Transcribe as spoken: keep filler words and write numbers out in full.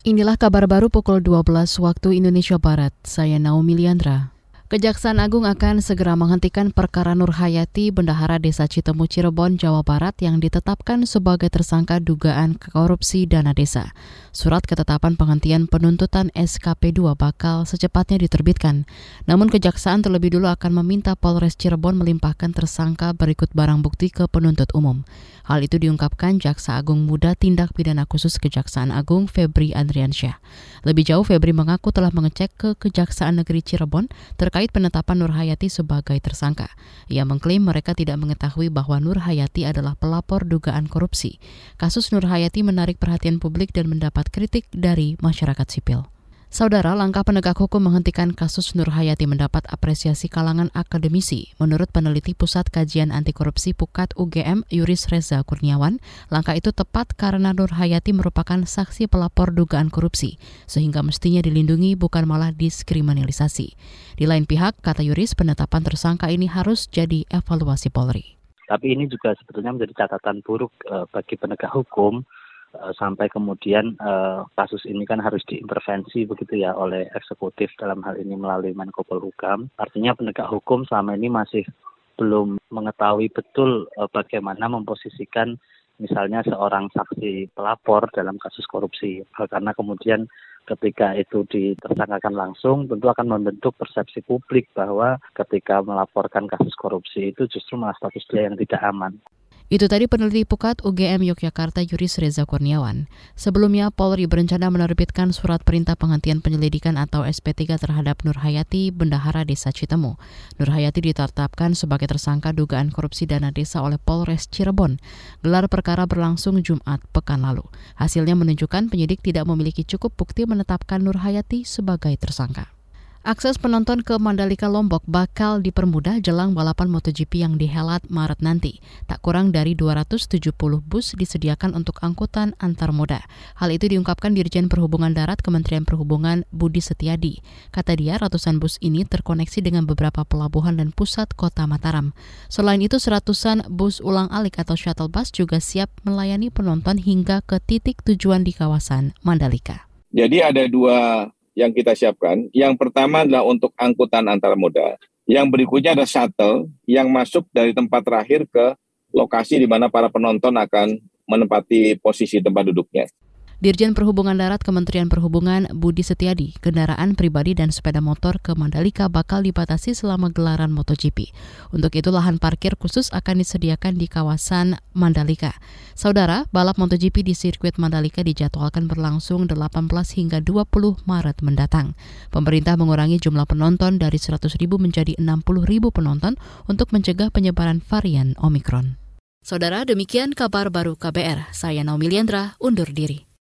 Inilah kabar baru pukul dua belas waktu Indonesia Barat. Saya Naomi Liandra. Kejaksaan Agung akan segera menghentikan perkara Nur Hayati, bendahara Desa Citemu, Cirebon, Jawa Barat yang ditetapkan sebagai tersangka dugaan korupsi dana desa. Surat ketetapan penghentian penuntutan S K P dua bakal secepatnya diterbitkan. Namun Kejaksaan terlebih dulu akan meminta Polres Cirebon melimpahkan tersangka berikut barang bukti ke penuntut umum. Hal itu diungkapkan Jaksa Agung Muda Tindak Pidana Khusus Kejaksaan Agung Febri Andriansyah. Lebih jauh, Febri mengaku telah mengecek ke Kejaksaan Negeri Cirebon terkait penetapan Nur Hayati sebagai tersangka. Ia mengklaim mereka tidak mengetahui bahwa Nur Hayati adalah pelapor dugaan korupsi. Kasus Nur Hayati menarik perhatian publik dan mendapat kritik dari masyarakat sipil. Saudara, langkah penegak hukum menghentikan kasus Nur Hayati mendapat apresiasi kalangan akademisi. Menurut peneliti Pusat Kajian Anti Korupsi Pukat U G M, Yuris Reza Kurniawan, langkah itu tepat karena Nur Hayati merupakan saksi pelapor dugaan korupsi, sehingga mestinya dilindungi bukan malah diskriminalisasi. Di lain pihak, kata Yuris, penetapan tersangka ini harus jadi evaluasi Polri. Tapi ini juga sebetulnya menjadi catatan buruk uh, bagi penegak hukum. Sampai kemudian uh, kasus ini kan harus diintervensi begitu ya oleh eksekutif dalam hal ini melalui Menko Polhukam. Artinya penegak hukum selama ini masih belum mengetahui betul uh, bagaimana memposisikan misalnya seorang saksi pelapor dalam kasus korupsi. Karena kemudian ketika itu ditersangkakan langsung tentu akan membentuk persepsi publik bahwa ketika melaporkan kasus korupsi itu justru malah status dia yang tidak aman. Itu tadi peneliti Pukat U G M Yogyakarta Yuris Reza Kurniawan. Sebelumnya, Polri berencana menerbitkan surat perintah penghentian penyelidikan atau S P tiga terhadap Nur Hayati, bendahara Desa Citemu. Nur Hayati ditetapkan sebagai tersangka dugaan korupsi dana desa oleh Polres Cirebon. Gelar perkara berlangsung Jumat pekan lalu. Hasilnya menunjukkan penyidik tidak memiliki cukup bukti menetapkan Nur Hayati sebagai tersangka. Akses penonton ke Mandalika Lombok bakal dipermudah jelang balapan MotoGP yang dihelat Maret nanti. Tak kurang dari dua ratus tujuh puluh bus disediakan untuk angkutan antar moda. Hal itu diungkapkan Dirjen Perhubungan Darat Kementerian Perhubungan Budi Setiadi. Kata dia, ratusan bus ini terkoneksi dengan beberapa pelabuhan dan pusat kota Mataram. Selain itu, seratusan bus ulang-alik atau shuttle bus juga siap melayani penonton hingga ke titik tujuan di kawasan Mandalika. Jadi ada dua yang kita siapkan. Yang pertama adalah untuk angkutan antar moda. Yang berikutnya ada shuttle yang masuk dari tempat terakhir ke lokasi di mana para penonton akan menempati posisi tempat duduknya. Dirjen Perhubungan Darat Kementerian Perhubungan Budi Setiadi, kendaraan pribadi dan sepeda motor ke Mandalika bakal dibatasi selama gelaran MotoGP. Untuk itu lahan parkir khusus akan disediakan di kawasan Mandalika. Saudara, balap MotoGP di sirkuit Mandalika dijadwalkan berlangsung delapan belas hingga dua puluh Maret mendatang. Pemerintah mengurangi jumlah penonton dari seratus ribu menjadi enam puluh ribu penonton untuk mencegah penyebaran varian Omikron. Saudara, demikian kabar baru K B R. Saya Naomi Liandra, undur diri.